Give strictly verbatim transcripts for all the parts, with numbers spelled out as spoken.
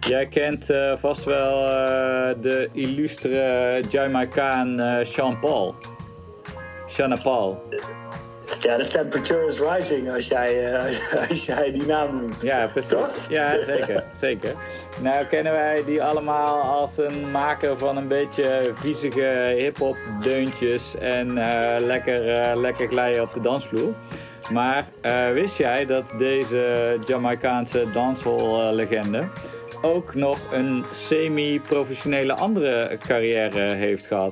Jij kent uh, vast wel uh, de illustere Jamaicaan uh, Sean Paul. Sean Paul. Ja, de temperature is rising als jij, uh, als jij die naam noemt. Ja, precies. Toch? Ja, zeker, zeker. Nou kennen wij die allemaal als een maker van een beetje viezige hip-hop deuntjes en uh, lekker, uh, lekker glijden op de dansvloer. Maar uh, wist jij dat deze Jamaicaanse dancehall legende ook nog een semi-professionele andere carrière heeft gehad?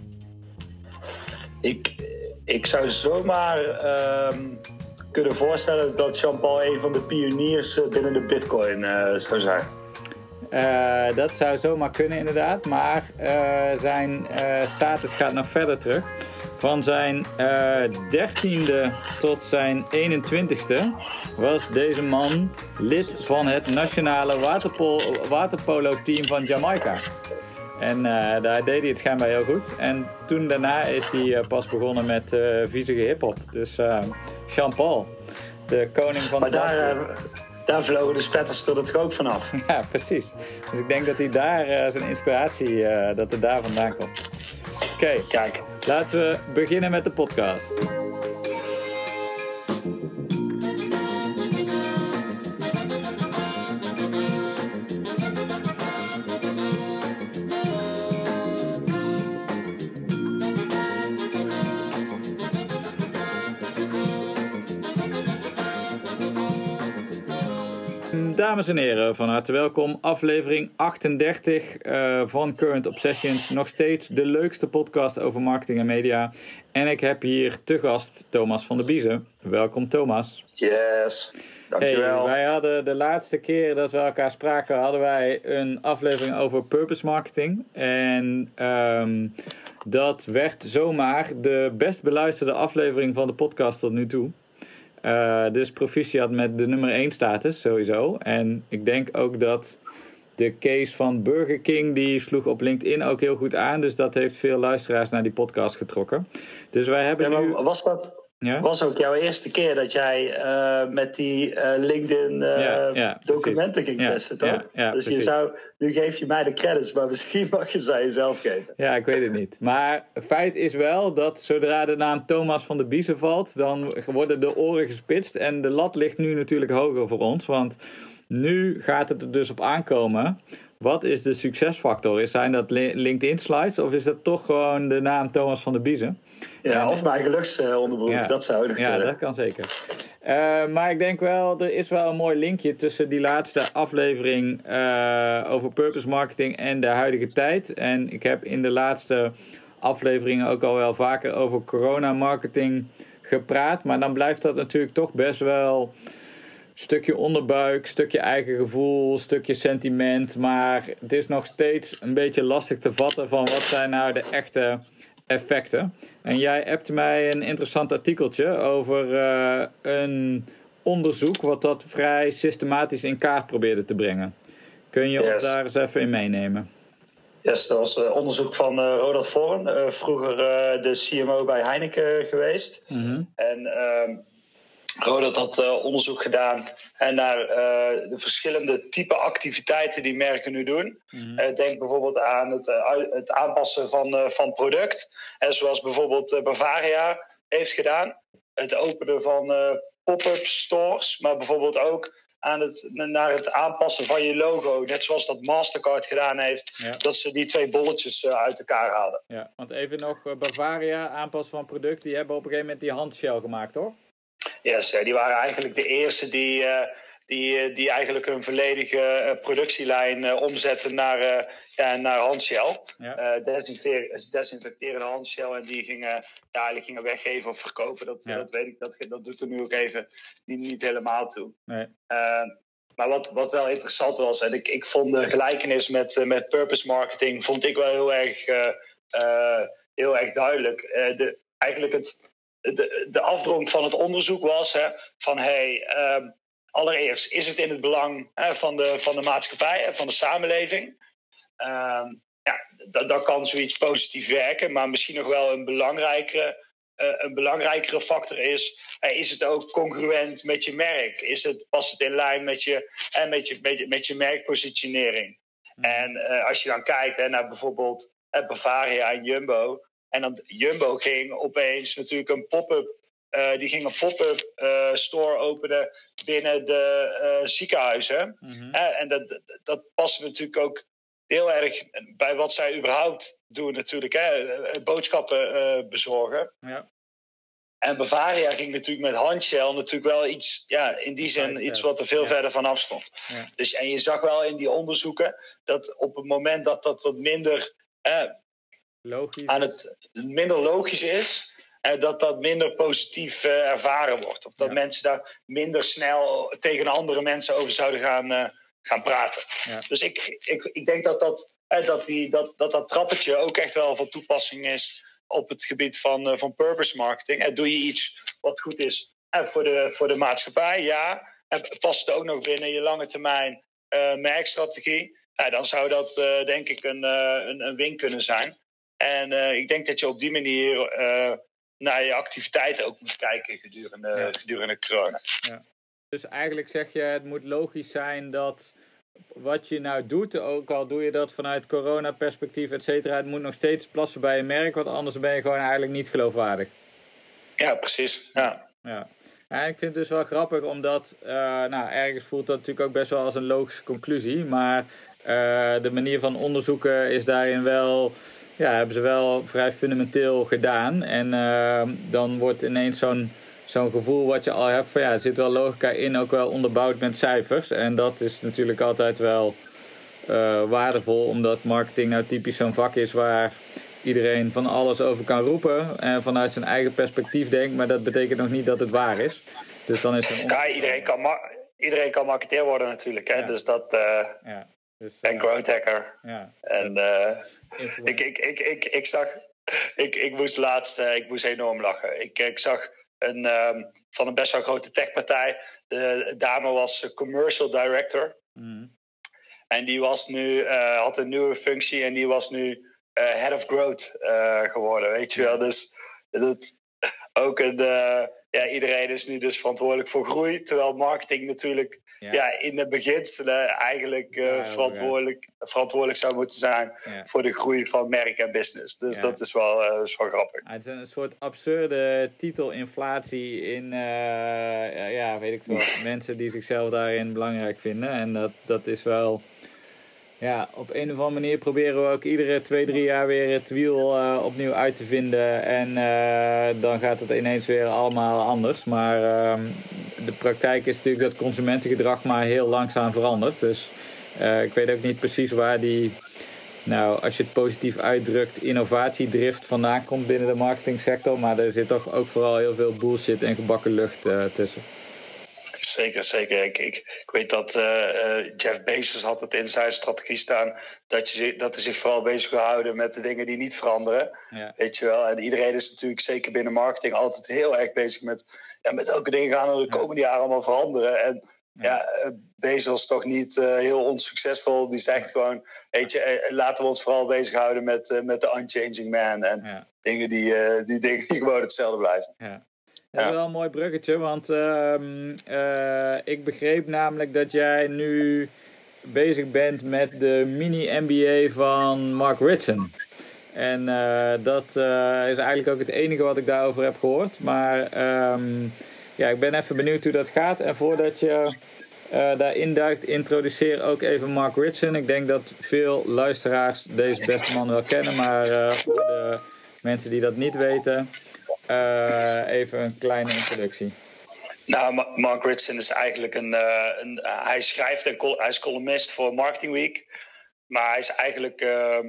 Ik, ik zou zomaar uh, kunnen voorstellen dat Sean Paul een van de pioniers binnen de Bitcoin uh, zou zijn. Uh, dat zou zomaar kunnen inderdaad, maar uh, zijn uh, status gaat nog verder terug. Van zijn dertiende uh, tot zijn eenentwintigste was deze man lid van het nationale waterpol- waterpolo-team van Jamaica. En uh, daar deed hij het schijnbaar heel goed. En toen daarna is hij uh, pas begonnen met uh, viezige hiphop. Dus uh, Sean Paul, de koning van maar de daar, uh, daar vlogen de spetters er toch ook vanaf. Ja, precies. Dus ik denk dat hij daar uh, zijn inspiratie, uh, dat het daar vandaan komt. Oké, okay, kijk, laten we beginnen met de podcast. Dames en heren, van harte welkom. Aflevering achtendertig uh, van Current Obsessions. Nog steeds de leukste podcast over marketing en media. En ik heb hier te gast Thomas van der Biezen. Welkom Thomas. Yes, dankjewel. Hey, wij hadden de laatste keer dat we elkaar spraken, hadden wij een aflevering over purpose marketing. En um, dat werd zomaar de best beluisterde aflevering van de podcast tot nu toe. Uh, dus proficiat met de nummer één status sowieso. En ik denk ook dat de case van Burger King, die sloeg op LinkedIn ook heel goed aan. Dus dat heeft veel luisteraars naar die podcast getrokken. Dus wij hebben ja, nu... Was dat ja? was ook jouw eerste keer dat jij uh, met die uh, LinkedIn uh, ja, ja, documenten ging ja, testen, toch? Ja, ja, dus precies. je zou, nu geef je mij de credits, maar misschien mag je ze aan jezelf geven. Ja, ik weet het niet. Maar feit is wel dat zodra de naam Thomas van der Biezen valt, dan worden de oren gespitst. En de lat ligt nu natuurlijk hoger voor ons, want nu gaat het er dus op aankomen. Wat is de succesfactor? Zijn dat LinkedIn slides of is dat toch gewoon de naam Thomas van der Biezen? Ja, en, of mijn geluksonderbroek, ja, dat zou nog Ja, kunnen. dat kan zeker. Uh, maar ik denk wel, er is wel een mooi linkje tussen die laatste aflevering uh, over purpose marketing en de huidige tijd. En ik heb in de laatste afleveringen ook al wel vaker over corona marketing gepraat. Maar dan blijft dat natuurlijk toch best wel stukje onderbuik, stukje eigen gevoel, stukje sentiment. Maar het is nog steeds een beetje lastig te vatten van wat zijn nou de echte effecten. En jij appte mij een interessant artikeltje over uh, een onderzoek wat dat vrij systematisch in kaart probeerde te brengen. Kun je yes. ons daar eens even in meenemen? Yes, dat was uh, onderzoek van uh, Ronald Vorn, uh, vroeger uh, de C M O bij Heineken geweest. Mm-hmm. En uh, Ronald had uh, onderzoek gedaan naar uh, de verschillende type activiteiten die merken nu doen. Mm-hmm. Uh, denk bijvoorbeeld aan het, uh, het aanpassen van, uh, van product. En zoals bijvoorbeeld uh, Bavaria heeft gedaan. Het openen van uh, pop-up stores. Maar bijvoorbeeld ook aan het, naar het aanpassen van je logo. Net zoals dat Mastercard gedaan heeft. Ja. Dat ze die twee bolletjes uh, uit elkaar haalden. Ja, want even nog uh, Bavaria, aanpassen van product. Die hebben op een gegeven moment die handshell gemaakt, hoor? Yes, die waren eigenlijk de eerste die, uh, die, die eigenlijk een volledige uh, productielijn uh, omzetten naar, uh, ja, naar handshell. Ja. Uh, desinfecteren, desinfecterende handshell en die gingen, ja, eigenlijk gingen weggeven of verkopen. Dat, ja. dat weet ik, dat, dat doet er nu ook even niet, niet helemaal toe. Nee. Uh, maar wat, wat wel interessant was, en ik, ik vond de gelijkenis met, uh, met purpose marketing vond ik wel heel erg, uh, uh, heel erg duidelijk. Uh, de, eigenlijk het... De, de afdronk van het onderzoek was hè, van hey, uh, allereerst is het in het belang hè, van, de, van de maatschappij en van de samenleving. Uh, ja, dat, dat kan zoiets positief werken, maar misschien nog wel een belangrijkere uh, een belangrijkere factor is. Uh, is het ook congruent met je merk? Is het, past het in lijn met je, uh, met je, met je, met je merkpositionering? Mm. En uh, als je dan kijkt hè, naar bijvoorbeeld uh, Bavaria en Jumbo. En dan Jumbo ging opeens natuurlijk een pop-up. Uh, die ging een pop-up uh, store openen binnen de uh, ziekenhuizen. Mm-hmm. Uh, en dat, dat, dat past natuurlijk ook heel erg bij wat zij überhaupt doen natuurlijk. Hè? Boodschappen uh, bezorgen. Ja. En Bavaria ging natuurlijk met handgel natuurlijk wel iets, ja, in die zin iets wat er veel ja. verder van afstond. Ja. Dus, en je zag wel in die onderzoeken dat op het moment dat dat wat minder, eh, logisch. Aan het, minder logisch is, eh, dat dat minder positief uh, ervaren wordt. Of dat ja. mensen daar minder snel tegen andere mensen over zouden gaan, uh, gaan praten. Ja. Dus ik, ik, ik denk dat dat, eh, dat, die, dat, dat dat trappetje ook echt wel van toepassing is op het gebied van, uh, van purpose marketing. En doe je iets wat goed is uh, voor, de, voor de maatschappij, ja. En past het ook nog binnen je lange termijn uh, merkstrategie. Nou, dan zou dat uh, denk ik een, uh, een, een win kunnen zijn. En uh, ik denk dat je op die manier uh, naar je activiteiten ook moet kijken gedurende, ja. gedurende corona. Ja. Dus eigenlijk zeg je, het moet logisch zijn dat wat je nou doet, ook al doe je dat vanuit corona-perspectief, et cetera, het moet nog steeds passen bij je merk, want anders ben je gewoon eigenlijk niet geloofwaardig. Ja, precies. Ja. Ja. Ja, ik vind het dus wel grappig, omdat, uh, nou, ergens voelt dat natuurlijk ook best wel als een logische conclusie, maar uh, de manier van onderzoeken is daarin wel, ja, hebben ze wel vrij fundamenteel gedaan. En uh, dan wordt ineens zo'n Zo'n gevoel wat je al hebt van ja, er zit wel logica in, ook wel onderbouwd met cijfers. En dat is natuurlijk altijd wel uh, waardevol, omdat marketing nou typisch zo'n vak is waar iedereen van alles over kan roepen en vanuit zijn eigen perspectief denkt, maar dat betekent nog niet dat het waar is. Dus dan is het on- ja, iedereen kan, ma- iedereen kan marketeer worden natuurlijk, hè? Ja. Dus dat uh, ja. dus, uh, en growth hacker. Ja. En uh, ik, ik, ik, ik, ik zag, ik, ik moest laatst, uh, ik moest enorm lachen. Ik, ik zag Een, um, van een best wel grote techpartij. De dame was commercial director. Mm. En die was nu, uh, had een nieuwe functie en die was nu uh, head of growth uh, geworden. Weet je wel. Dus dat, ook een, uh, ja, iedereen is nu dus verantwoordelijk voor groei. Terwijl marketing natuurlijk ja. Ja, in de beginselen eigenlijk uh, ja, verantwoordelijk, ja. verantwoordelijk zou moeten zijn ja. voor de groei van merk en business. Dus ja. dat is wel, uh, is wel grappig. Ja, het is een soort absurde titelinflatie in, uh, ja, weet ik veel, mensen die zichzelf daarin belangrijk vinden. En dat, dat is wel, ja, op een of andere manier proberen we ook iedere twee, drie jaar weer het wiel uh, opnieuw uit te vinden. En uh, dan gaat het ineens weer allemaal anders. Maar uh, de praktijk is natuurlijk dat consumentengedrag maar heel langzaam verandert. Dus uh, ik weet ook niet precies waar die, nou, als je het positief uitdrukt, innovatiedrift vandaan komt binnen de marketingsector. Maar er zit toch ook vooral heel veel bullshit en gebakken lucht uh, tussen. Zeker, zeker. Ik, ik, ik weet dat uh, Jeff Bezos had het in zijn strategie staan dat, je, dat hij zich vooral bezig wil houden met de dingen die niet veranderen. Ja. Weet je wel. En iedereen is natuurlijk zeker binnen marketing altijd heel erg bezig met, ja, met welke dingen gaan er de komende jaren allemaal veranderen. En ja, ja Bezos toch niet uh, heel onsuccesvol. Die zegt gewoon, weet je, laten we ons vooral bezighouden met, uh, met de unchanging man. En ja. dingen, die, uh, die dingen die gewoon hetzelfde blijven. Ja. Dat is ja. wel een mooi bruggetje, want uh, uh, ik begreep namelijk dat jij nu bezig bent met de mini-M B A van Mark Ritson. En uh, dat uh, is eigenlijk ook het enige wat ik daarover heb gehoord. Maar um, ja, ik ben even benieuwd hoe dat gaat. En voordat je uh, daarin duikt, introduceer ook even Mark Ritson. Ik denk dat veel luisteraars deze beste man wel kennen, maar uh, voor de mensen die dat niet weten, Uh, even een kleine introductie. Nou, Mark Ritson is eigenlijk een, uh, een uh, hij schrijft en col- hij is columnist voor Marketing Week, maar hij is eigenlijk uh,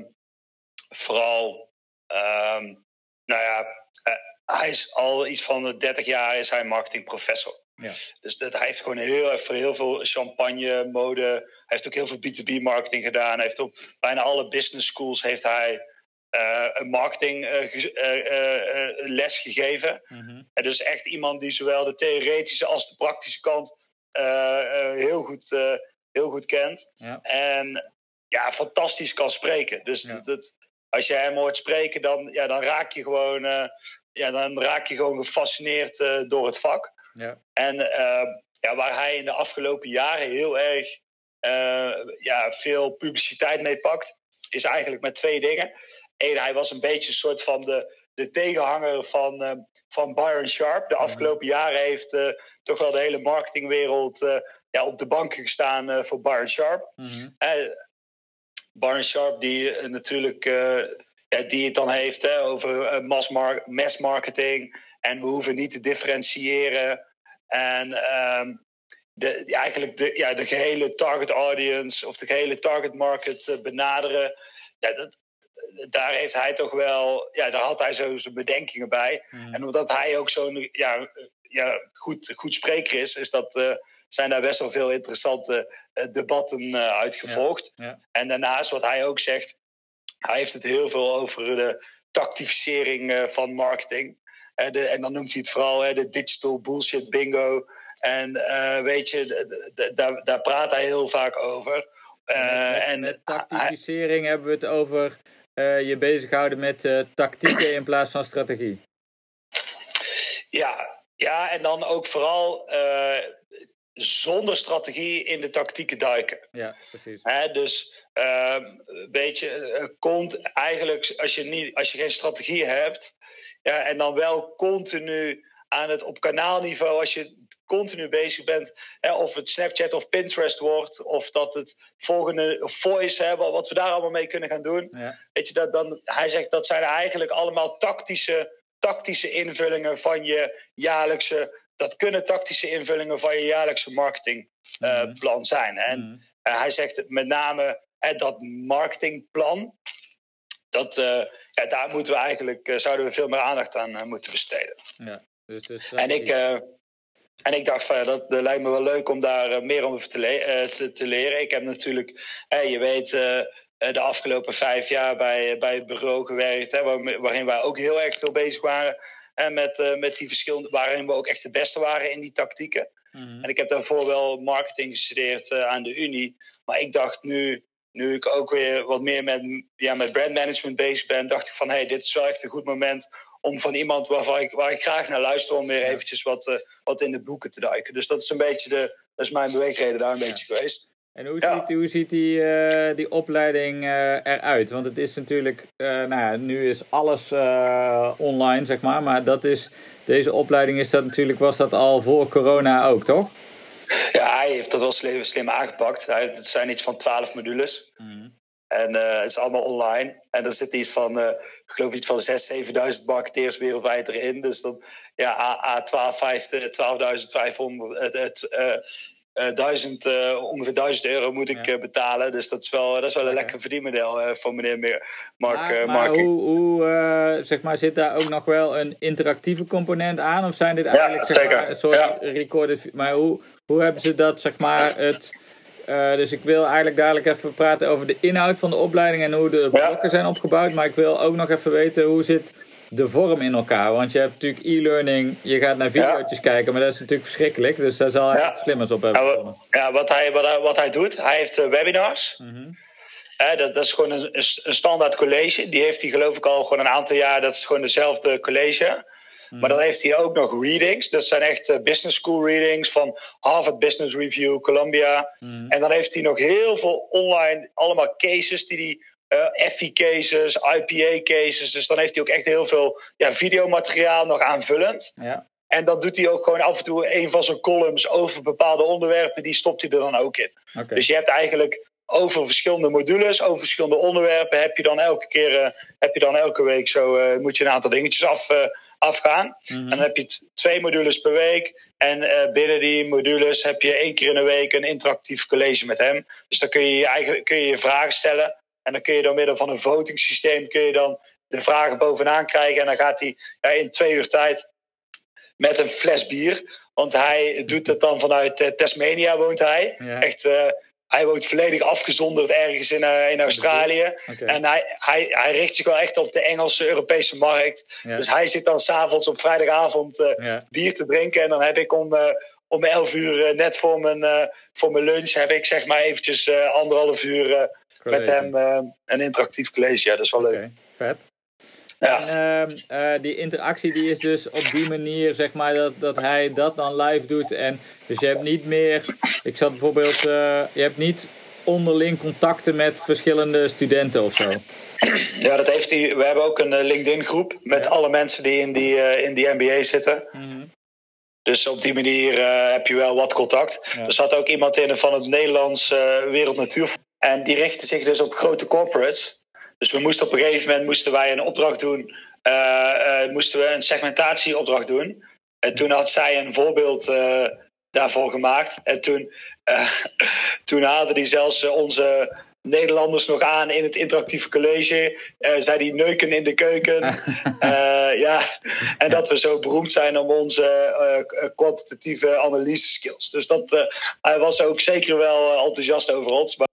vooral, um, nou ja, uh, hij is al iets van dertig jaar is hij marketingprofessor. Ja. Dus dat, hij heeft gewoon heel, voor heel veel champagne, mode, hij heeft ook heel veel B twee B marketing gedaan. Hij heeft op bijna alle business schools heeft hij Uh, een marketing uh, ge- uh, uh, uh, les gegeven. Mm-hmm. En dus echt iemand die zowel de theoretische als de praktische kant uh, uh, heel, goed, uh, heel goed kent. Ja. En ja, fantastisch kan spreken. Dus ja. dat, als je hem hoort spreken, dan, ja, dan raak je gewoon uh, ja, dan raak je gewoon gefascineerd uh, door het vak. Ja. En uh, ja, waar hij in de afgelopen jaren heel erg uh, ja, veel publiciteit mee pakt, is eigenlijk met twee dingen. Eén, hij was een beetje een soort van de, de tegenhanger van, uh, van Byron Sharp. De afgelopen mm-hmm. jaren heeft uh, toch wel de hele marketingwereld uh, ja, op de banken gestaan uh, voor Byron Sharp. Mm-hmm. Uh, Byron Sharp die uh, natuurlijk uh, ja, die het dan heeft hè, over uh, mass, mar- mass marketing. En we hoeven niet te differentiëren. En um, de, die eigenlijk de, ja, de gehele target audience of de gehele target market uh, benaderen. Ja, dat, daar heeft hij toch wel, ja, daar had hij zo zijn bedenkingen bij. Mm. En omdat hij ook zo'n ja, ja, goed, goed spreker is, is dat, uh, zijn daar best wel veel interessante uh, debatten uh, uitgevolgd. Ja, ja. En daarnaast, wat hij ook zegt, hij heeft het heel veel over de tactificering uh, van marketing. Uh, de, en dan noemt hij het vooral uh, de digital bullshit bingo. En uh, weet je, d- d- d- daar, daar praat hij heel vaak over. Uh, met, en met tactificering hij, hebben we het over uh, je bezighouden met uh, tactieken in plaats van strategie. Ja, ja, en dan ook vooral uh, zonder strategie in de tactieken duiken. Ja, precies. He, dus uh, een beetje uh, komt eigenlijk als je, niet, als je geen strategie hebt, ja, en dan wel continu aan het op kanaalniveau, als je continu bezig bent, hè, of het Snapchat of Pinterest wordt, of dat het volgende Voice, hè, wat we daar allemaal mee kunnen gaan doen. Ja. Weet je, dat, dan, hij zegt dat zijn eigenlijk allemaal tactische, tactische invullingen van je jaarlijkse, dat kunnen tactische invullingen van je jaarlijkse marketingplan uh, mm-hmm. zijn. En mm-hmm. uh, hij zegt met name hè, dat marketingplan, dat, uh, ja, daar moeten we eigenlijk, uh, zouden we veel meer aandacht aan uh, moeten besteden. Ja, dus dus en ik... Uh, En ik dacht van ja, dat, dat lijkt me wel leuk om daar uh, meer over te, le- uh, te, te leren. Ik heb natuurlijk, uh, je weet, uh, de afgelopen vijf jaar bij, bij het bureau gewerkt, hè, waar, waarin wij ook heel erg veel bezig waren. En met, uh, met die verschillende, waarin we ook echt de beste waren in die tactieken. Mm-hmm. En ik heb daarvoor wel marketing gestudeerd uh, aan de Unie. Maar ik dacht nu, nu ik ook weer wat meer met, ja, met brandmanagement bezig ben, dacht ik van hé, hey, dit is wel echt een goed moment om van iemand waarvan ik, waar ik graag naar luister, om weer eventjes wat, uh, wat in de boeken te duiken. Dus dat is een beetje de, dat is mijn beweegreden daar een ja. beetje geweest. En hoe ja. ziet, hoe ziet die, uh, die opleiding uh, eruit? Want het is natuurlijk, uh, nou ja, nu is alles uh, online, zeg maar. Maar dat is, deze opleiding is dat natuurlijk, was dat al voor corona ook, toch? Ja, hij heeft dat wel slim, slim aangepakt. Hij, het zijn iets van twaalf modules. Mm. En uh, het is allemaal online. En er zit iets van, uh, ik geloof iets van zesduizend, zevenduizend marketeers wereldwijd erin. Dus dan, ja, A twaalfduizend vijfhonderd, het, uh, uh, duizend, uh, ongeveer duizend euro moet ik ja. uh, betalen. Dus dat is wel, dat is wel een okay. lekker verdienmodel uh, van meneer Mark. Maar, uh, maar hoe, hoe uh, zeg maar, zit daar ook nog wel een interactieve component aan? Of zijn dit eigenlijk ja, zeg zeker. maar, een soort ja. recorded... Maar hoe, hoe hebben ze dat, zeg maar, het... Uh, dus ik wil eigenlijk dadelijk even praten over de inhoud van de opleiding en hoe de blokken ja. zijn opgebouwd. Maar ik wil ook nog even weten, hoe zit de vorm in elkaar? Want je hebt natuurlijk e-learning, je gaat naar video's ja. kijken, maar dat is natuurlijk verschrikkelijk. Dus daar zal hij ja. iets slimmers op hebben. Ja, ja, wat, hij, wat, hij, wat hij doet, hij heeft uh, webinars. Mm-hmm. Uh, dat, dat is gewoon een, een standaard college. Die heeft hij geloof ik al gewoon een aantal jaar. Dat is gewoon dezelfde college. Maar dan heeft hij ook nog readings. Dat zijn echt uh, business school readings van Harvard Business Review, Columbia. Mm. En dan heeft hij nog heel veel online, allemaal cases die hij, uh, F I cases, I P A cases. Dus dan heeft hij ook echt heel veel ja, videomateriaal nog aanvullend. Ja. En dan doet hij ook gewoon af en toe een van zijn columns over bepaalde onderwerpen. Die stopt hij er dan ook in. Okay. Dus je hebt eigenlijk over verschillende modules, over verschillende onderwerpen, heb je dan elke keer, uh, heb je dan elke week zo, uh, moet je een aantal dingetjes af... Uh, afgaan. Mm-hmm. En dan heb je t- twee modules per week. En uh, binnen die modules heb je één keer in de week een interactief college met hem. Dus dan kun je je, eigen, kun je, je vragen stellen. En dan kun je door middel van een votingsysteem kun je dan de vragen bovenaan krijgen. En dan gaat hij ja, in twee uur tijd met een fles bier. Want hij doet het dan vanuit uh, Tasmania woont hij. Ja. Echt... Uh, Hij woont volledig afgezonderd ergens in, uh, in Australië. Okay. En hij, hij, hij richt zich wel echt op de Engelse Europese markt. Ja. Dus hij zit dan s'avonds op vrijdagavond uh, ja. bier te drinken. En dan heb ik om, uh, om elf uur uh, net voor mijn, uh, voor mijn lunch... heb ik zeg maar eventjes uh, anderhalf uur uh, met hem uh, een interactief college. Ja, dat is wel okay. leuk. Vet. Ja. En uh, uh, die interactie die is dus op die manier, zeg maar, dat, dat hij dat dan live doet. En dus je hebt niet meer, ik zat bijvoorbeeld, uh, je hebt niet onderling contacten met verschillende studenten of zo. Ja, dat heeft hij. We hebben ook een uh, LinkedIn groep met ja. alle mensen die in die, uh, in die M B A zitten. Mm-hmm. Dus op die manier uh, heb je wel wat contact. Ja. Er zat ook iemand in van het Nederlands uh, Wereld Natuurfonds. En die richtte zich dus op grote corporates. Dus we moesten op een gegeven moment moesten wij een opdracht doen. Uh, uh, moesten we een segmentatieopdracht doen. En toen had zij een voorbeeld uh, daarvoor gemaakt. En toen, uh, toen haalde die zelfs uh, onze Nederlanders nog aan in het interactieve college. Uh, zei die neuken in de keuken. uh, ja. En dat we zo beroemd zijn om onze uh, kwantitatieve analyse skills. Dus dat, uh, hij was ook zeker wel uh, enthousiast over ons. Maar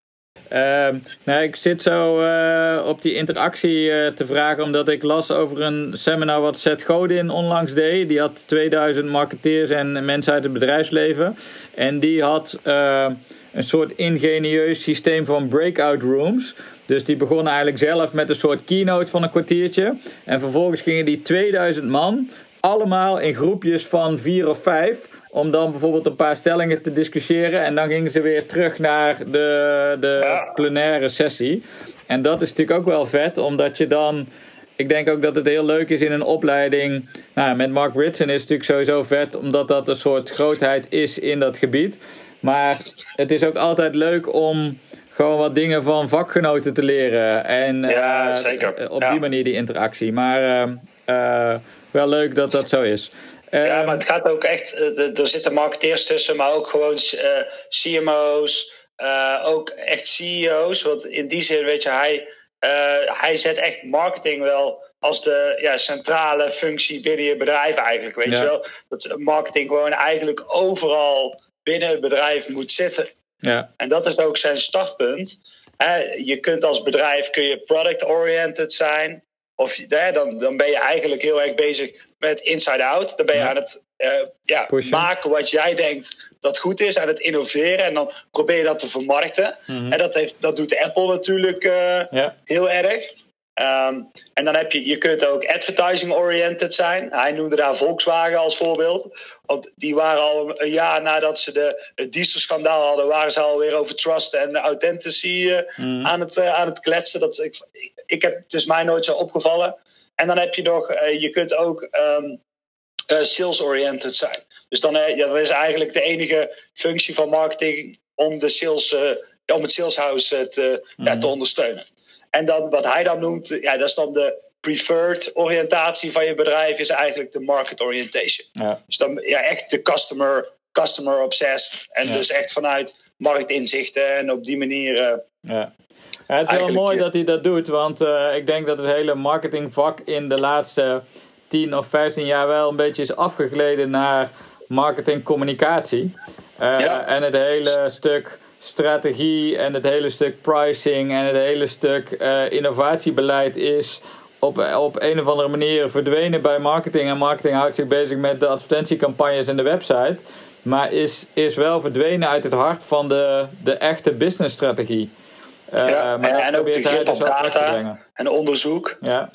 Uh, nou, ik zit zo uh, op die interactie uh, te vragen, omdat ik las over een seminar wat Seth Godin onlangs deed. Die had tweeduizend marketeers en mensen uit het bedrijfsleven. En die had uh, een soort ingenieus systeem van breakout rooms. Dus die begonnen eigenlijk zelf met een soort keynote van een kwartiertje. En vervolgens gingen die tweeduizend man allemaal in groepjes van vier of vijf, om dan bijvoorbeeld een paar stellingen te discussiëren. En dan gingen ze weer terug naar de, de plenaire sessie. En dat is natuurlijk ook wel vet, omdat je dan... Ik denk ook dat het heel leuk is in een opleiding. Nou, met Mark Ritson is het natuurlijk sowieso vet, omdat dat een soort grootheid is in dat gebied. Maar het is ook altijd leuk om gewoon wat dingen van vakgenoten te leren. En ja, uh, zeker. op ja. die manier die interactie. Maar uh, uh, wel leuk dat dat zo is. Ja, maar het gaat ook echt, er zitten marketeers tussen, maar ook gewoon uh, C M O's, uh, ook echt C E O's. Want in die zin, weet je, hij, uh, hij zet echt marketing wel als de ja, centrale functie binnen je bedrijf eigenlijk, weet ja. je wel. Dat marketing gewoon eigenlijk overal binnen het bedrijf moet zitten. Ja. En dat is ook zijn startpunt. He, je kunt als bedrijf kun je product-oriented zijn. Of he, dan, dan ben je eigenlijk heel erg bezig met inside-out. Dan ben je ja. aan het uh, ja, maken wat jij denkt dat goed is. Aan het innoveren. En dan probeer je dat te vermarkten. Mm-hmm. En dat, heeft, dat doet Apple natuurlijk uh, ja. heel erg. Um, en dan heb je, je kunt ook advertising-oriented zijn. Hij noemde daar Volkswagen als voorbeeld. Want die waren al een jaar nadat ze de, het dieselschandaal hadden, waren ze alweer over trust en authenticity uh, mm. aan, het, uh, aan het kletsen. Dat, ik, ik heb, het is mij nooit zo opgevallen. En dan heb je nog, uh, je kunt ook um, uh, sales-oriented zijn. Dus dan, uh, ja, dat is eigenlijk de enige functie van marketing om, de sales, uh, om het saleshouse uh, te, mm. ja, te ondersteunen. En dan wat hij dan noemt, ja, dat is dan de preferred oriëntatie van je bedrijf, is eigenlijk de market orientation. Ja. Dus dan ja, echt de customer, customer obsessed. En ja. dus echt vanuit marktinzichten en op die manier. Uh, ja. Ja, het is wel mooi dat hij dat doet, want uh, ik denk dat het hele marketingvak in de laatste tien of vijftien jaar wel een beetje is afgegleden naar marketingcommunicatie. Uh, ja. En het hele stuk strategie en het hele stuk pricing en het hele stuk uh, innovatiebeleid is op, op een of andere manier verdwenen bij marketing. En marketing houdt zich bezig met de advertentiecampagnes en de website. Maar is, is wel verdwenen uit het hart van de, de echte businessstrategie. Uh, ja, maar en, en ook de grip op data en onderzoek. Ja.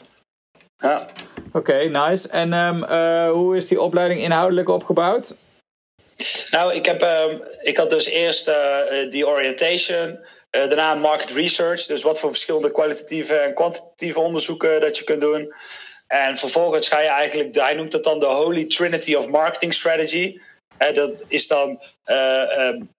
ja. Oké, okay, nice. En um, uh, hoe is die opleiding inhoudelijk opgebouwd? Nou, ik, heb, uh, ik had dus eerst uh, die orientation, uh, daarna market research. Dus wat voor verschillende kwalitatieve en kwantitatieve onderzoeken dat je kunt doen. En vervolgens ga je eigenlijk, hij noemt het dan de Holy Trinity of Marketing Strategy. Uh, dat is dan uh, um,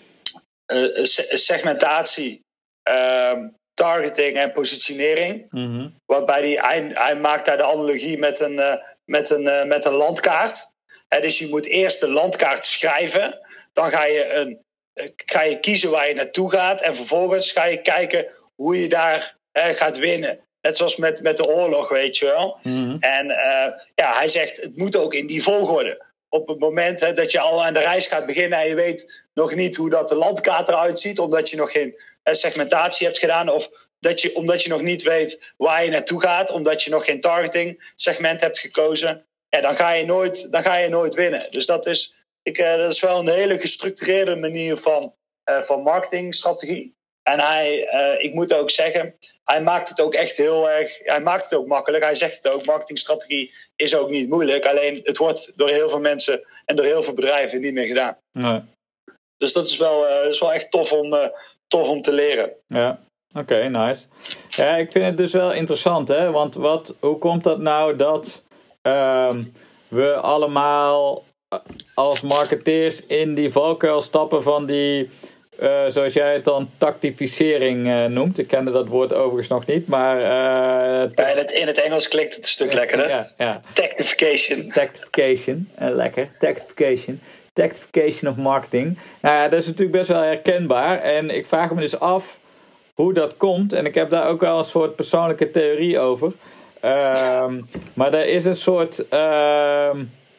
uh, segmentatie, uh, targeting en positionering. Mm-hmm. Waarbij die, hij, hij maakt daar de analogie met een, uh, met een, uh, met een landkaart. He, dus je moet eerst de landkaart schrijven. Dan ga je, een, ga je kiezen waar je naartoe gaat. En vervolgens ga je kijken hoe je daar he, gaat winnen. Net zoals met, met de oorlog, weet je wel. Mm-hmm. En uh, ja, hij zegt, het moet ook in die volgorde. Op het moment he, dat je al aan de reis gaat beginnen en je weet nog niet hoe dat de landkaart eruit ziet, omdat je nog geen uh, segmentatie hebt gedaan, of dat je, omdat je nog niet weet waar je naartoe gaat, omdat je nog geen targeting segment hebt gekozen. Ja, dan ga je nooit, dan ga je nooit winnen. Dus dat is, ik, uh, dat is wel een hele gestructureerde manier van, uh, van marketingstrategie. En hij, uh, ik moet ook zeggen, hij maakt het ook echt heel erg, hij maakt het ook makkelijk. Hij zegt het ook, marketingstrategie is ook niet moeilijk. Alleen het wordt door heel veel mensen en door heel veel bedrijven niet meer gedaan. Nee. Dus dat is wel, uh, dat is wel echt tof om, uh, tof om te leren. Ja, oké, okay, nice. Ja, ik vind het dus wel interessant, hè. Want wat, hoe komt dat nou dat uh, we allemaal als marketeers in die valkuil stappen van die... Uh, zoals jij het dan tactificering uh, noemt. Ik kende dat woord overigens nog niet, maar... Uh, ja, in, het, in het Engels klinkt het een stuk lekkerder. Ja, ja. Tactification. Tactification, uh, lekker. Tactification. Tactification of marketing. Nou ja, dat is natuurlijk best wel herkenbaar. En ik vraag me dus af hoe dat komt. En ik heb daar ook wel een soort persoonlijke theorie over. Uh, maar er is een soort... Uh,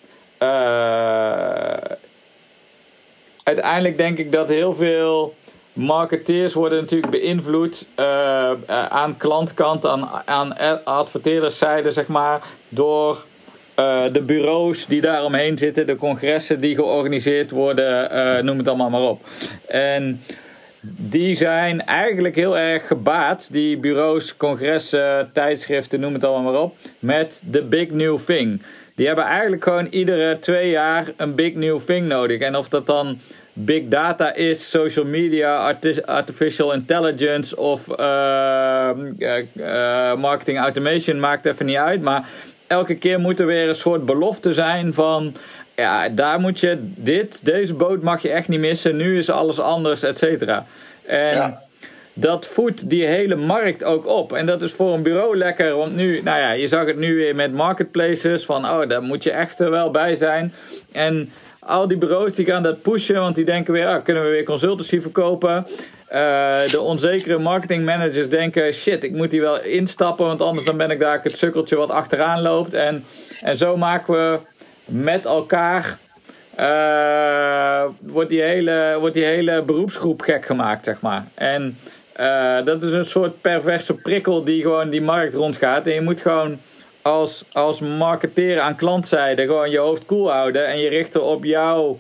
uh, Uiteindelijk denk ik dat heel veel marketeers worden natuurlijk beïnvloed uh, uh, aan klantkant, aan, aan adverteerderszijde, zeg maar, door uh, de bureaus die daaromheen zitten, de congressen die georganiseerd worden, uh, noem het allemaal maar op. En die zijn eigenlijk heel erg gebaat, die bureaus, congressen, tijdschriften, noem het allemaal maar op, met de big new thing. Die hebben eigenlijk gewoon iedere twee jaar een big new thing nodig. En of dat dan big data is, social media, arti- artificial intelligence of uh, uh, uh, marketing automation, maakt even niet uit. Maar elke keer moet er weer een soort belofte zijn van... Ja, daar moet je dit, deze boot mag je echt niet missen. Nu is alles anders, et cetera. En... Ja. Dat voedt die hele markt ook op. En dat is voor een bureau lekker. Want nu, nou ja, je zag het nu weer met marketplaces. Van, oh, daar moet je echt er wel bij zijn. En al die bureaus die gaan dat pushen. Want die denken weer, ah, kunnen we weer consultancy verkopen. Uh, de onzekere marketingmanagers denken, shit, ik moet hier wel instappen. Want anders dan ben ik daar het sukkeltje wat achteraan loopt. En, en zo maken we met elkaar... Uh, wordt, die hele, wordt die hele beroepsgroep gek gemaakt, zeg maar. En... Uh, dat is een soort perverse prikkel die gewoon die markt rondgaat. En je moet gewoon als, als marketeer aan klantzijde gewoon je hoofd koel houden. En je richten op jouw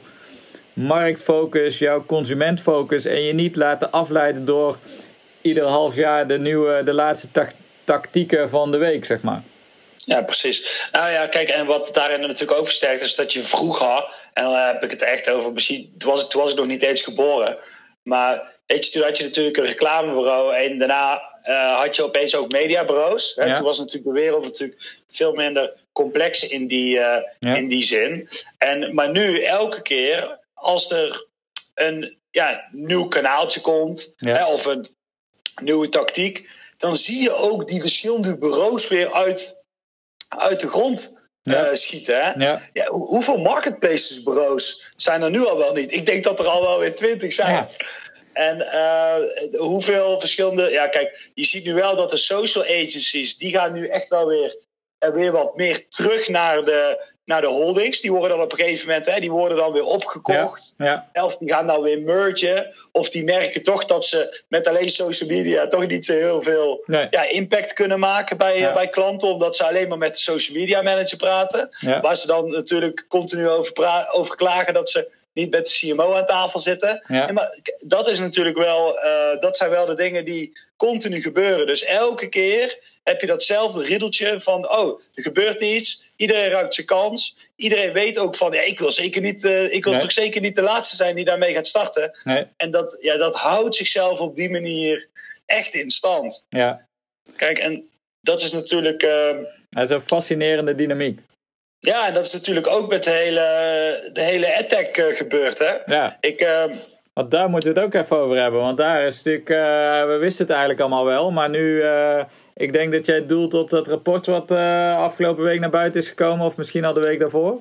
marktfocus, jouw consumentfocus. En je niet laten afleiden door ieder half jaar de nieuwe, de laatste ta- tactieken van de week, zeg maar. Ja, precies. Nou ja, kijk, en wat daarin natuurlijk ook versterkt is dat je vroeger, en dan heb ik het echt over, misschien, toen was ik, toen was ik nog niet eens geboren, maar weet je, toen had je natuurlijk een reclamebureau en daarna uh, had je opeens ook mediabureaus. Hè? Ja. Toen was natuurlijk de wereld natuurlijk veel minder complex in die, uh, ja. in die zin. En, maar nu, elke keer als er een ja, nieuw kanaaltje komt, ja. hè, of een nieuwe tactiek, dan zie je ook die verschillende bureaus weer uit, uit de grond ja. uh, schieten. Hè? Ja. Ja, hoeveel marketplaces bureaus zijn er nu al wel niet? Ik denk dat er al wel weer twintig zijn. Ja. En uh, hoeveel verschillende... Ja, kijk, je ziet nu wel dat de social agencies... die gaan nu echt wel weer, uh, weer wat meer terug naar de, naar de holdings. Die worden dan op een gegeven moment... Hè, die worden dan weer opgekocht. Ja, ja. Of die gaan dan weer mergen. Of die merken toch dat ze met alleen social media... toch niet zo heel veel nee. ja, impact kunnen maken bij, ja. uh, bij klanten. Omdat ze alleen maar met de social media manager praten. Ja. Waar ze dan natuurlijk continu over, pra- over klagen dat ze... niet met de C M O aan tafel zitten. Ja. En maar dat is natuurlijk wel, uh, dat zijn wel de dingen die continu gebeuren. Dus elke keer heb je datzelfde riddeltje van, oh, er gebeurt iets. Iedereen ruikt zijn kans. Iedereen weet ook van, ja, ik wil zeker niet, uh, ik wil nee. toch zeker niet de laatste zijn die daarmee gaat starten. Nee. En dat, ja, dat houdt zichzelf op die manier echt in stand. Ja. Kijk, en dat is natuurlijk... Uh, dat is een fascinerende dynamiek. Ja, en dat is natuurlijk ook met de hele, de hele AdTech uh, gebeurd, hè? Ja. Ik, uh... Want daar moeten we het ook even over hebben. Want daar is natuurlijk... Uh, we wisten het eigenlijk allemaal wel. Maar nu... Uh, ik denk dat jij doelt op dat rapport wat uh, afgelopen week naar buiten is gekomen. Of misschien al de week daarvoor.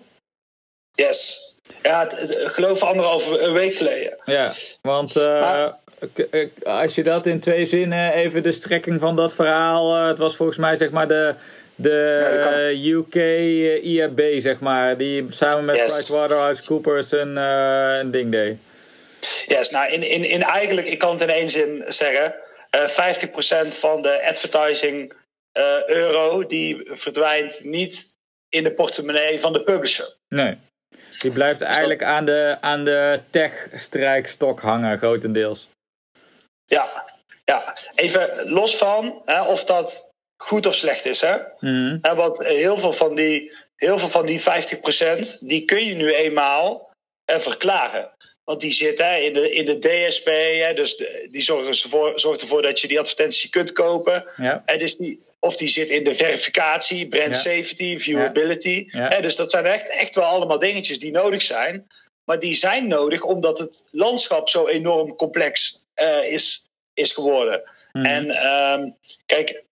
Yes. Ja, het, het, ik geloof anderhalve een week geleden. Ja, want... Uh, maar... Als je dat in twee zinnen... Even de strekking van dat verhaal... Uh, het was volgens mij zeg maar de... De ja, U K uh, I R B, zeg maar, die samen met yes. PricewaterhouseCoopers een, uh, een ding deed. Yes, nou, in, in, in eigenlijk, ik kan het in één zin zeggen, uh, vijftig procent van de advertising uh, euro, die verdwijnt niet in de portemonnee van de publisher. Nee, die blijft eigenlijk aan de, aan de tech-strijkstok hangen, grotendeels. Ja, ja. Even los van hè, of dat goed of slecht is. Hè? Mm. En want heel veel van die, heel veel van die vijftig procent, die kun je nu eenmaal eh, verklaren. Want die zit hè, in, de, in de D S P, hè, dus de, die zorgt ervoor, zorgt ervoor dat je die advertentie kunt kopen. Ja. Hè, dus die, of die zit in de verificatie, brand ja. safety, viewability. Ja. Hè, dus dat zijn echt, echt wel allemaal dingetjes die nodig zijn. Maar die zijn nodig omdat het landschap zo enorm complex uh, is, is geworden. Mm. En um, kijk,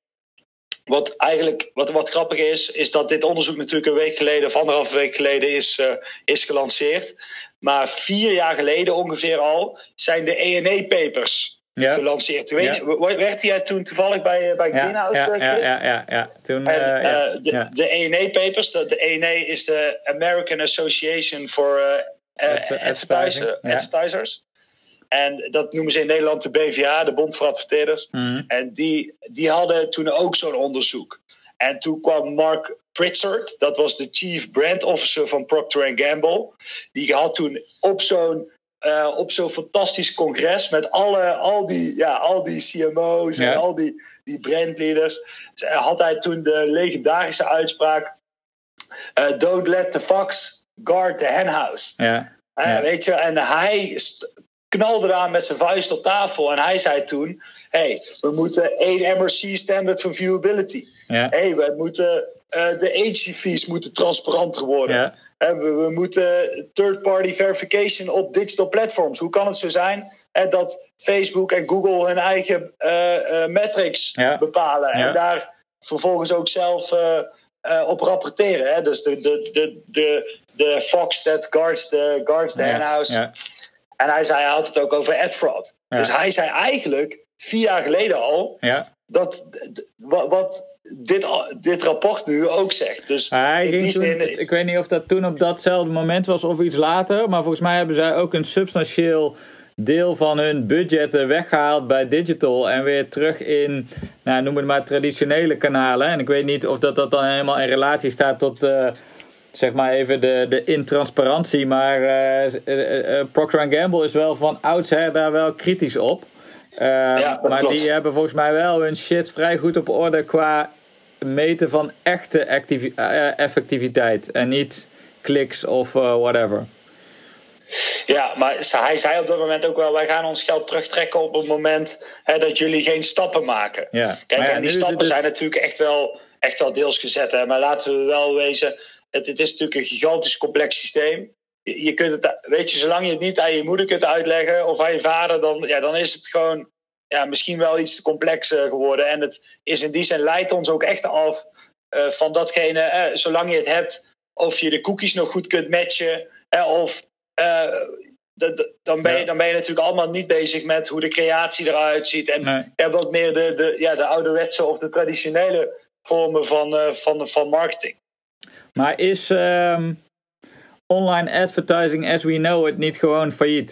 wat eigenlijk wat, wat grappig is, is dat dit onderzoek natuurlijk een week geleden of anderhalve week geleden is, uh, is gelanceerd. Maar vier jaar geleden ongeveer al zijn de E N E-papers ja. gelanceerd. Weet ja. je, werd jij toen toevallig bij, bij ja, Greenhouse? Ja, ja, ja, ja, ja. Toen, en, uh, ja, uh, de, ja. de E N E-papers, de, de E N E is de American Association for uh, uh, Advertiser, ja. Advertisers. En dat noemen ze in Nederland de B V A, de Bond voor Adverteerders. Mm. En die, die hadden toen ook zo'n onderzoek. En toen kwam Mark Pritchard, dat was de Chief Brand Officer van Procter and Gamble. Die had toen op zo'n, uh, op zo'n fantastisch congres met alle, al, die, ja, al die C M O's ja. en al die, die brandleaders. Had hij toen de legendarische uitspraak: uh, Don't let the fox guard the henhouse. Ja. Uh, ja. Weet je, en hij st- knalde eraan met zijn vuist op tafel. En hij zei toen: hey, we moeten één M R C standard voor viewability. Ja. Hey, we moeten uh, de agency fees moeten transparanter worden. Ja. Uh, we, we moeten third-party verification op digital platforms. Hoe kan het zo zijn uh, dat Facebook en Google hun eigen uh, uh, metrics ja. bepalen ja. en daar vervolgens ook zelf uh, uh, op rapporteren? Hè? Dus de, de, de, de, de fox that guards the, guards the ja. henhouse. Ja. En hij zei, hij had het ook over ad fraud. Ja. Dus hij zei eigenlijk vier jaar geleden al ja. dat d- wat, wat dit, dit rapport nu ook zegt. Dus hij ging toen, zin, ik weet niet of dat toen op datzelfde moment was of iets later, maar volgens mij hebben zij ook een substantieel deel van hun budgetten weggehaald bij digital en weer terug in, nou, noem het maar, traditionele kanalen. En ik weet niet of dat, dat dan helemaal in relatie staat tot Uh, zeg maar even de, de intransparantie, maar uh, uh, uh, Procter and Gamble is wel van oudsher daar wel kritisch op. Uh, ja, maar klopt. Die hebben volgens mij wel hun shit vrij goed op orde qua meten van echte activi- uh, effectiviteit en niet kliks of uh, whatever. Ja, maar hij zei op dat moment ook wel, wij gaan ons geld terugtrekken op het moment hè, dat jullie geen stappen maken. Ja. Kijk, ja, en die stappen dus zijn natuurlijk echt wel, echt wel deels gezet. Hè, maar laten we wel wezen, Het, het is natuurlijk een gigantisch complex systeem. Je, je kunt het, weet je, zolang je het niet aan je moeder kunt uitleggen of aan je vader, dan, ja, dan is het gewoon ja, misschien wel iets te complex uh, geworden. En het is in die zin leidt ons ook echt af uh, van datgene, uh, zolang je het hebt, of je de cookies nog goed kunt matchen, uh, of uh, d- d- dan, ben je, dan ben je natuurlijk allemaal niet bezig met hoe de creatie eruit ziet. En nee. ja, wat meer de, de, ja, de ouderwetse of de traditionele vormen van, uh, van, van marketing. Maar is um, online advertising as we know it niet gewoon failliet?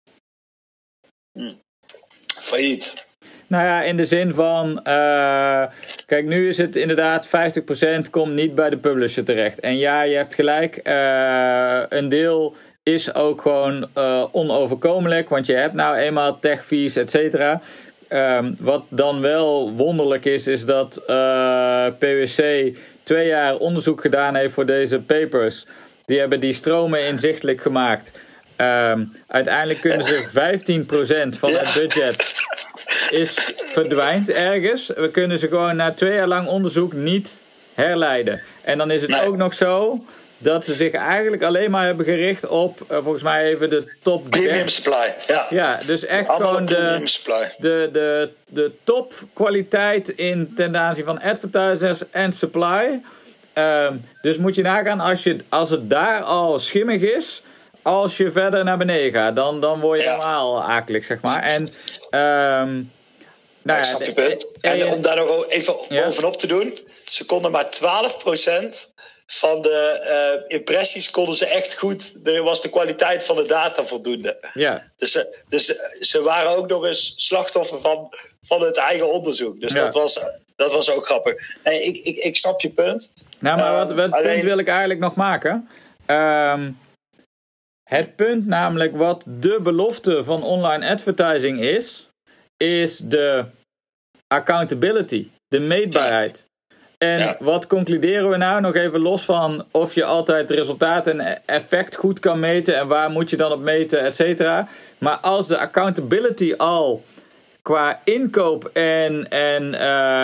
Hm. Failliet? Nou ja, in de zin van, uh, kijk, nu is het inderdaad vijftig procent komt niet bij de publisher terecht. En ja, je hebt gelijk, uh, een deel is ook gewoon uh, onoverkomelijk, want je hebt nou eenmaal tech fees, et cetera. Um, wat dan wel wonderlijk is, is dat uh, P W C twee jaar onderzoek gedaan heeft voor deze papers. Die hebben die stromen inzichtelijk gemaakt. Um, uiteindelijk kunnen ze vijftien procent van het budget is verdwijnt ergens. We kunnen ze gewoon na twee jaar lang onderzoek niet herleiden. En dan is het nee. ook nog zo dat ze zich eigenlijk alleen maar hebben gericht op, uh, volgens mij even de top dertig. Premium supply, ja. Ja, dus echt allemaal gewoon de, de, de, de top kwaliteit in ten aanzien van advertisers en supply. Um, dus moet je nagaan, als, je, als het daar al schimmig is, als je verder naar beneden gaat, dan, dan word je ja. helemaal akelig, zeg maar. En, um, nou ja, snap je punt. En, en om daar nog even ja? bovenop te doen, ze konden maar twaalf procent van de uh, impressies konden ze echt goed. Er was de kwaliteit van de data voldoende. Ja. Dus, uh, dus uh, ze waren ook nog eens slachtoffer van, van het eigen onderzoek. Dus ja. dat, was, dat was ook grappig. Nee, ik, ik, ik snap je punt. Nou, maar wat, wat alleen... punt wil ik eigenlijk nog maken. Um, het punt namelijk wat de belofte van online advertising is, is de accountability, de meetbaarheid. En ja. wat concluderen we nou? Nog even los van of je altijd resultaat en effect goed kan meten en waar moet je dan op meten, et cetera. Maar als de accountability al qua inkoop en, en uh,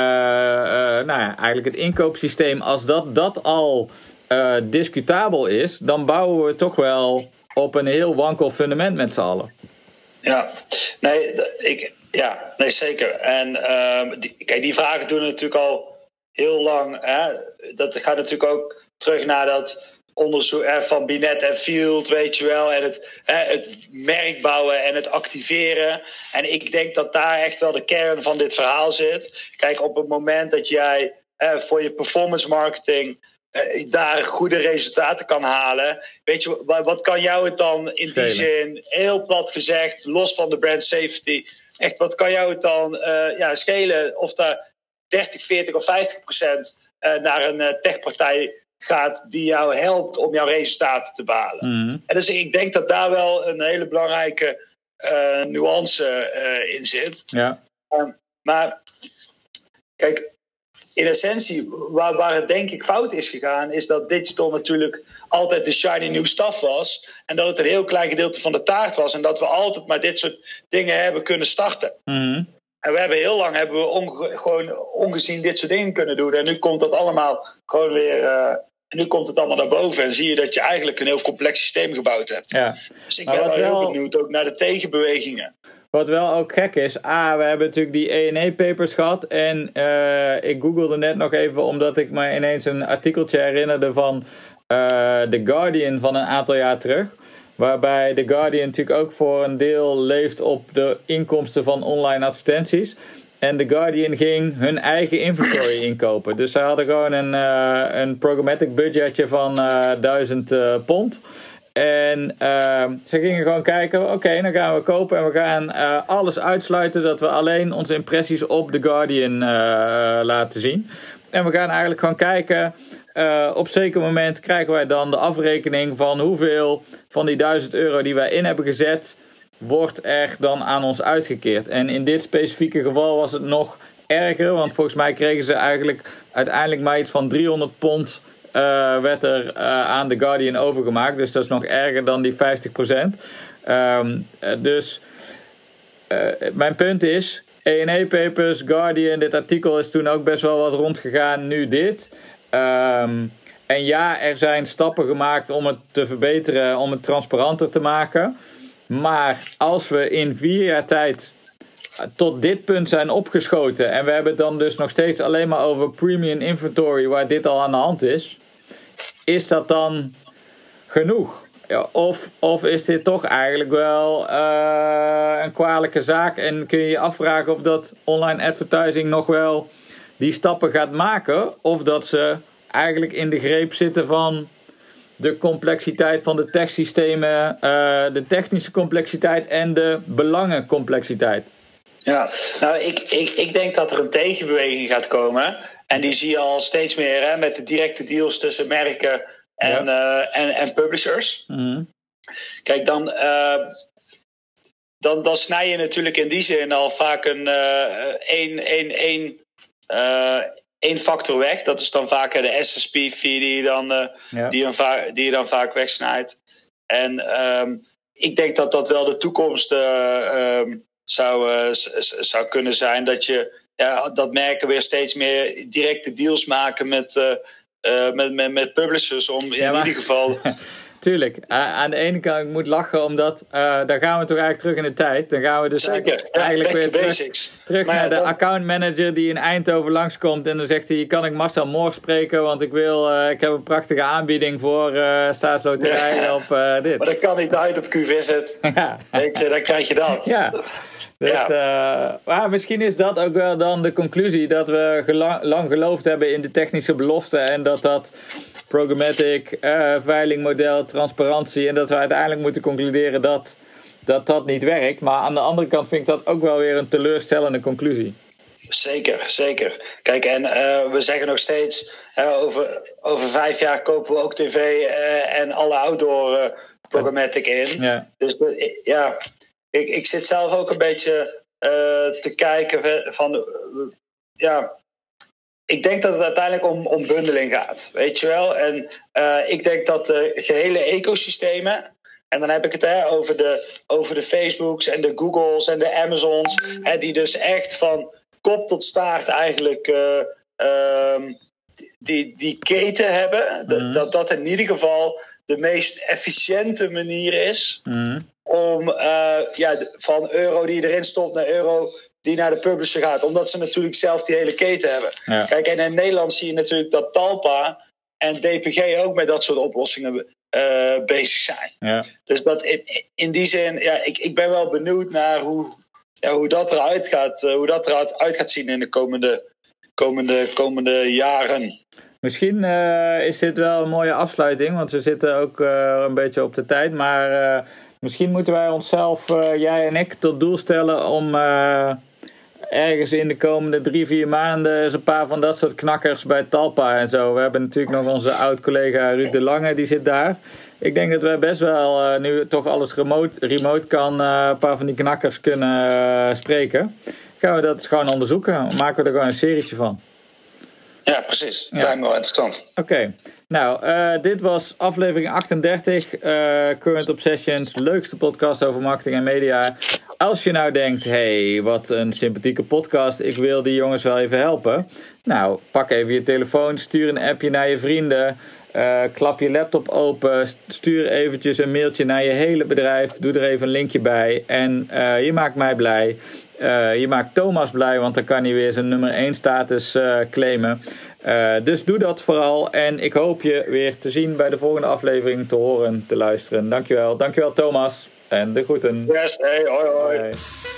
uh, nou ja, eigenlijk het inkoopsysteem, als dat, dat al uh, discutabel is, dan bouwen we toch wel op een heel wankel fundament met z'n allen. Ja, nee, ik, ja, nee zeker. En uh, die, kijk, die vragen doen natuurlijk al heel lang. Hè? Dat gaat natuurlijk ook terug naar dat onderzoek hè, van Binet en Field, weet je wel. En het, hè, het merk bouwen en het activeren. En ik denk dat daar echt wel de kern van dit verhaal zit. Kijk, op het moment dat jij hè, voor je performance marketing uh, daar goede resultaten kan halen. Weet je, wat, wat kan jou het dan in die zin, heel plat gezegd, los van de brand safety, echt, wat kan jou het dan uh, ja, schelen of daar dertig, veertig of vijftig procent uh, naar een uh, techpartij gaat die jou helpt om jouw resultaten te behalen. Mm-hmm. En dus ik denk dat daar wel een hele belangrijke uh, nuance uh, in zit. Ja. Um, maar kijk, in essentie, waar, waar het denk ik fout is gegaan, is dat digital natuurlijk altijd de shiny new stuff was. En dat het een heel klein gedeelte van de taart was. En dat we altijd maar dit soort dingen hebben kunnen starten. Mm-hmm. En we hebben heel lang hebben we onge, gewoon ongezien dit soort dingen kunnen doen. En nu komt dat allemaal gewoon weer. Uh, en nu komt het allemaal naar boven. En zie je dat je eigenlijk een heel complex systeem gebouwd hebt. Ja. Dus ik ben wel heel wel... benieuwd ook naar de tegenbewegingen. Wat wel ook gek is. A, we hebben natuurlijk die E en E-papers gehad. En uh, ik googelde net nog even, omdat ik me ineens een artikeltje herinnerde van uh, The Guardian van een aantal jaar terug. Waarbij The Guardian natuurlijk ook voor een deel leeft op de inkomsten van online advertenties. En The Guardian ging hun eigen inventory inkopen. Dus ze hadden gewoon een, uh, een programmatic budgetje van uh, duizend uh, pond. En uh, ze gingen gewoon kijken, oké, okay, dan gaan we kopen en we gaan uh, alles uitsluiten dat we alleen onze impressies op The Guardian uh, laten zien. En we gaan eigenlijk gewoon kijken, uh, op zeker moment krijgen wij dan de afrekening van hoeveel van die duizend euro die wij in hebben gezet, wordt er dan aan ons uitgekeerd. En in dit specifieke geval was het nog erger, want volgens mij kregen ze eigenlijk uiteindelijk maar iets van driehonderd pond uh, werd er uh, aan The Guardian overgemaakt. Dus dat is nog erger dan die vijftig procent. Um, uh, dus uh, mijn punt is, E en E-papers, Guardian, dit artikel is toen ook best wel wat rondgegaan, nu dit. Um, en ja, er zijn stappen gemaakt om het te verbeteren, om het transparanter te maken. Maar als we in vier jaar tijd tot dit punt zijn opgeschoten en we hebben het dan dus nog steeds alleen maar over premium inventory waar dit al aan de hand is, is dat dan genoeg? Ja, of, of is dit toch eigenlijk wel uh, een kwalijke zaak en kun je je afvragen of dat online advertising nog wel die stappen gaat maken, of dat ze eigenlijk in de greep zitten van de complexiteit van de techsystemen, uh, de technische complexiteit en de belangencomplexiteit. Ja, nou ik, ik, ik denk dat er een tegenbeweging gaat komen. En die zie je al steeds meer hè, met de directe deals tussen merken en, ja. uh, en, en publishers. Mm-hmm. Kijk, dan, uh, dan, dan snij je natuurlijk in die zin al vaak een één uh, uh, één factor weg. Dat is dan vaak de S S P-fee die, uh, ja. die, va- die je dan vaak wegsnijdt. En um, ik denk dat dat wel de toekomst uh, um, zou, uh, s- zou kunnen zijn. Dat, je, ja, dat merken weer steeds meer directe deals maken met, uh, uh, met, met, met publishers. Om in ja, maar... ieder geval... Tuurlijk. Uh, aan de ene kant, ik moet lachen, omdat uh, daar gaan we toch eigenlijk terug in de tijd. Dan gaan we dus Zeker. eigenlijk, ja, eigenlijk weer terug, terug naar de dan... accountmanager die in Eindhoven langskomt. En dan zegt hij, kan ik Marcel Moor spreken, want ik wil, uh, ik heb een prachtige aanbieding voor uh, Staatsloterij ja. op uh, dit. Maar dat kan niet uit op Q-Visit. Ja. Weet je, dan krijg je dat. Ja. Dus ja. uh, maar misschien is dat ook wel dan de conclusie, dat we gela- lang geloofd hebben in de technische beloften en dat dat programmatic, uh, veilingmodel, transparantie, en dat we uiteindelijk moeten concluderen dat, dat dat niet werkt. Maar aan de andere kant vind ik dat ook wel weer een teleurstellende conclusie. Zeker, zeker. Kijk, en uh, we zeggen nog steeds, uh, over, over vijf jaar kopen we ook tv uh, en alle outdoor uh, programmatic in. Ja. Dus uh, ja, ik, ik zit zelf ook een beetje uh, te kijken van... Uh, ja, ik denk dat het uiteindelijk om, om bundeling gaat, weet je wel. En uh, ik denk dat de gehele ecosystemen... En dan heb ik het hè, over, de, over de Facebooks en de Googles en de Amazons... Hè, die dus echt van kop tot staart eigenlijk... Uh, um, die, die keten hebben... Mm. Dat dat in ieder geval de meest efficiënte manier is... Mm. om uh, ja, van euro die erin stopt naar euro... die naar de publisher gaat. Omdat ze natuurlijk zelf die hele keten hebben. Ja. Kijk, en in Nederland zie je natuurlijk dat Talpa en D P G ook met dat soort oplossingen uh, bezig zijn. Ja. Dus dat in, in die zin, ja, ik, ik ben wel benieuwd naar hoe, ja, hoe dat eruit gaat, uh, hoe dat eruit uit gaat zien in de komende, komende, komende jaren. Misschien uh, is dit wel een mooie afsluiting, want we zitten ook uh, een beetje op de tijd. Maar uh, misschien moeten wij onszelf, uh, jij en ik, tot doel stellen om... Uh, ergens in de komende drie, vier maanden eens een paar van dat soort knakkers bij Talpa en zo. We hebben natuurlijk nog onze oud-collega Ruud de Lange, die zit daar. Ik denk dat we best wel, uh, nu toch alles remote, remote kan, uh, een paar van die knakkers kunnen uh, spreken. Gaan we dat eens gewoon onderzoeken. Maken we er gewoon een serietje van. Ja, precies. Ja. Lijkt me wel interessant. Oké. Okay. Nou, uh, dit was aflevering achtendertig. Uh, Current Obsessions, leukste podcast over marketing en media. Als je nou denkt, hé, hey, wat een sympathieke podcast. Ik wil die jongens wel even helpen. Nou, pak even je telefoon, stuur een appje naar je vrienden. Uh, klap je laptop open, stuur eventjes een mailtje naar je hele bedrijf. Doe er even een linkje bij. En uh, je maakt mij blij. Uh, je maakt Thomas blij, want dan kan hij weer zijn nummer één status uh, claimen. Uh, dus doe dat vooral. En ik hoop je weer te zien bij de volgende aflevering, te horen, te luisteren. Dankjewel. Dankjewel Thomas. En de groeten. Yes, hey, hoi hoi. hoi.